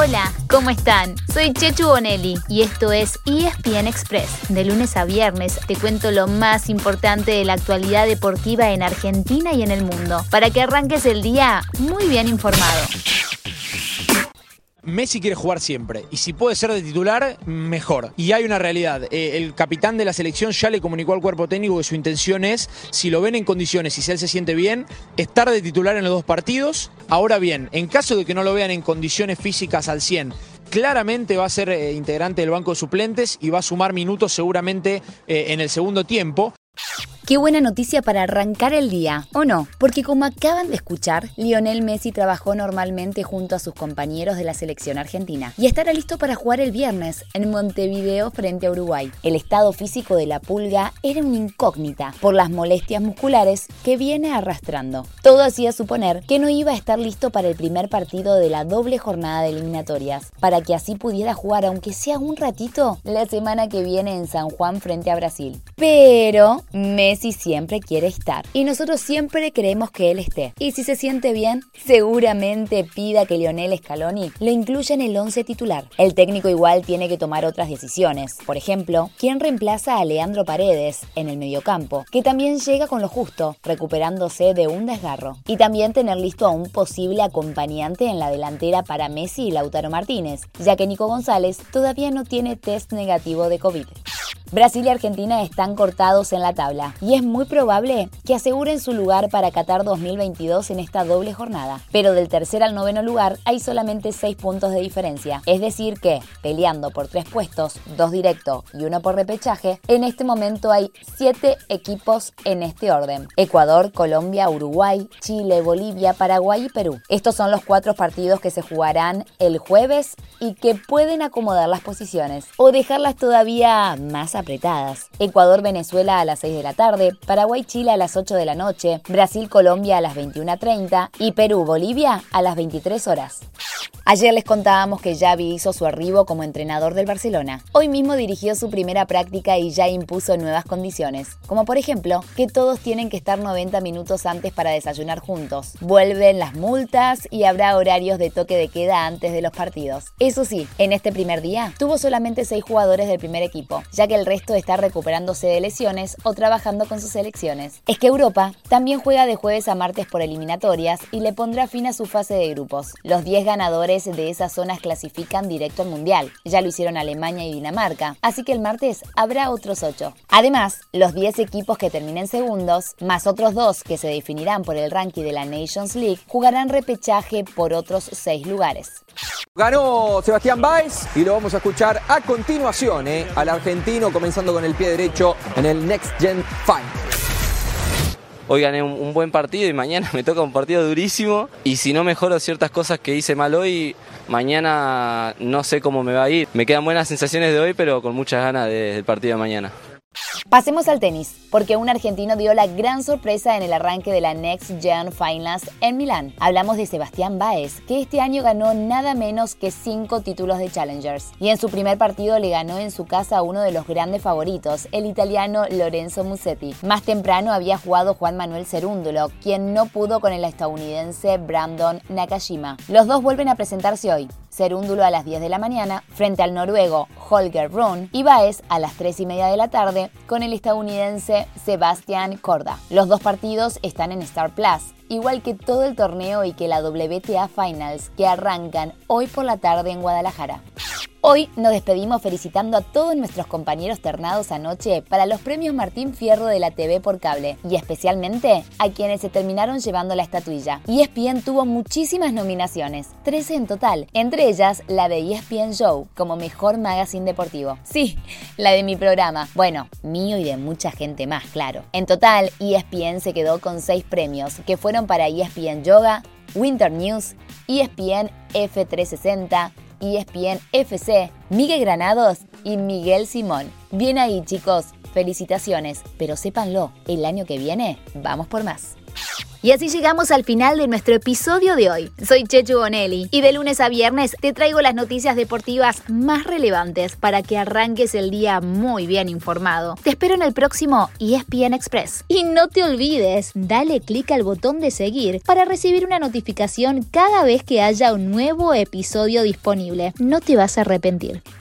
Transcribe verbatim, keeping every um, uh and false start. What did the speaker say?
Hola, ¿cómo están? Soy Chechu Bonelli y esto es E S P N Express. De lunes a viernes te cuento lo más importante de la actualidad deportiva en Argentina y en el mundo, para que arranques el día muy bien informado. Messi quiere jugar siempre, y si puede ser de titular, mejor. Y hay una realidad, eh, el capitán de la selección ya le comunicó al cuerpo técnico que su intención es, si lo ven en condiciones y si él se siente bien, estar de titular en los dos partidos. Ahora bien, en caso de que no lo vean en condiciones físicas al cien, claramente va a ser eh, integrante del banco de suplentes y va a sumar minutos seguramente eh, en el segundo tiempo. Qué buena noticia para arrancar el día, ¿o no? Porque como acaban de escuchar, Lionel Messi trabajó normalmente junto a sus compañeros de la selección argentina y estará listo para jugar el viernes en Montevideo frente a Uruguay. El estado físico de la Pulga era una incógnita por las molestias musculares que viene arrastrando. Todo hacía suponer que no iba a estar listo para el primer partido de la doble jornada de eliminatorias, para que así pudiera jugar, aunque sea un ratito, la semana que viene en San Juan frente a Brasil. Pero Messi Messi siempre quiere estar y nosotros siempre queremos que él esté. Y si se siente bien, seguramente pida que Lionel Scaloni lo incluya en el once titular. El técnico igual tiene que tomar otras decisiones. Por ejemplo, ¿quién reemplaza a Leandro Paredes en el mediocampo? Que también llega con lo justo, recuperándose de un desgarro. Y también tener listo a un posible acompañante en la delantera para Messi y Lautaro Martínez, ya que Nico González todavía no tiene test negativo de COVID. Brasil y Argentina están cortados en la tabla y es muy probable que aseguren su lugar para Qatar dos mil veintidós en esta doble jornada. Pero del tercer al noveno lugar hay solamente seis puntos de diferencia. Es decir que, peleando por tres puestos, dos directo y uno por repechaje, en este momento hay siete equipos en este orden: Ecuador, Colombia, Uruguay, Chile, Bolivia, Paraguay y Perú. Estos son los cuatro partidos que se jugarán el jueves y que pueden acomodar las posiciones o dejarlas todavía más apretadas. Ecuador-Venezuela a las seis de la tarde, Paraguay-Chile a las ocho de la noche, Brasil-Colombia a las veintiuna treinta y Perú-Bolivia a las veintitrés horas. Ayer les contábamos que Xavi hizo su arribo como entrenador del Barcelona. Hoy mismo dirigió su primera práctica y ya impuso nuevas condiciones, como por ejemplo que todos tienen que estar noventa minutos antes para desayunar juntos. Vuelven las multas y habrá horarios de toque de queda antes de los partidos. Eso sí, en este primer día tuvo solamente seis jugadores del primer equipo, ya que el resto está recuperándose de lesiones o trabajando con sus selecciones. Es que Europa también juega de jueves a martes por eliminatorias y le pondrá fin a su fase de grupos. Los diez ganadores de esas zonas clasifican directo al Mundial. Ya lo hicieron Alemania y Dinamarca, así que el martes habrá otros ocho. Además, los diez equipos que terminen segundos, más otros dos que se definirán por el ranking de la Nations League, jugarán repechaje por otros seis lugares. Ganó Sebastián Báez y lo vamos a escuchar a continuación, ¿eh? al argentino comenzando con el pie derecho en el Next Gen Final. Hoy gané un, un buen partido y mañana me toca un partido durísimo y si no mejoro ciertas cosas que hice mal hoy, mañana no sé cómo me va a ir. Me quedan buenas sensaciones de hoy, pero con muchas ganas de, del partido de mañana. Pasemos al tenis, porque un argentino dio la gran sorpresa en el arranque de la Next Gen Finals en Milán. Hablamos de Sebastián Báez, que este año ganó nada menos que cinco títulos de Challengers. Y en su primer partido le ganó en su casa a uno de los grandes favoritos, el italiano Lorenzo Musetti. Más temprano había jugado Juan Manuel Cerúndolo, quien no pudo con el estadounidense Brandon Nakashima. Los dos vuelven a presentarse hoy. Cerúndolo a las diez de la mañana frente al noruego Holger Rune y Báez a las tres y media de la tarde con el estadounidense Sebastián Korda. Los dos partidos están en Star Plus, igual que todo el torneo y que la W T A Finals que arrancan hoy por la tarde en Guadalajara. Hoy nos despedimos felicitando a todos nuestros compañeros ternados anoche para los premios Martín Fierro de la T V por cable y especialmente a quienes se terminaron llevando la estatuilla. E S P N tuvo muchísimas nominaciones, trece en total, entre ellas la de E S P N Show como mejor magazine deportivo. Sí, la de mi programa, bueno, mío y de mucha gente más, claro. En total, E S P N se quedó con seis premios que fueron para E S P N Yoga, Winter News, E S P N F trescientos sesenta, E S P N F C, Miguel Granados y Miguel Simón. Bien ahí, chicos, felicitaciones, pero sépanlo, el año que viene vamos por más. Y así llegamos al final de nuestro episodio de hoy. Soy Chechu Bonelli y de lunes a viernes te traigo las noticias deportivas más relevantes para que arranques el día muy bien informado. Te espero en el próximo E S P N Express. Y no te olvides, dale clic al botón de seguir para recibir una notificación cada vez que haya un nuevo episodio disponible. No te vas a arrepentir.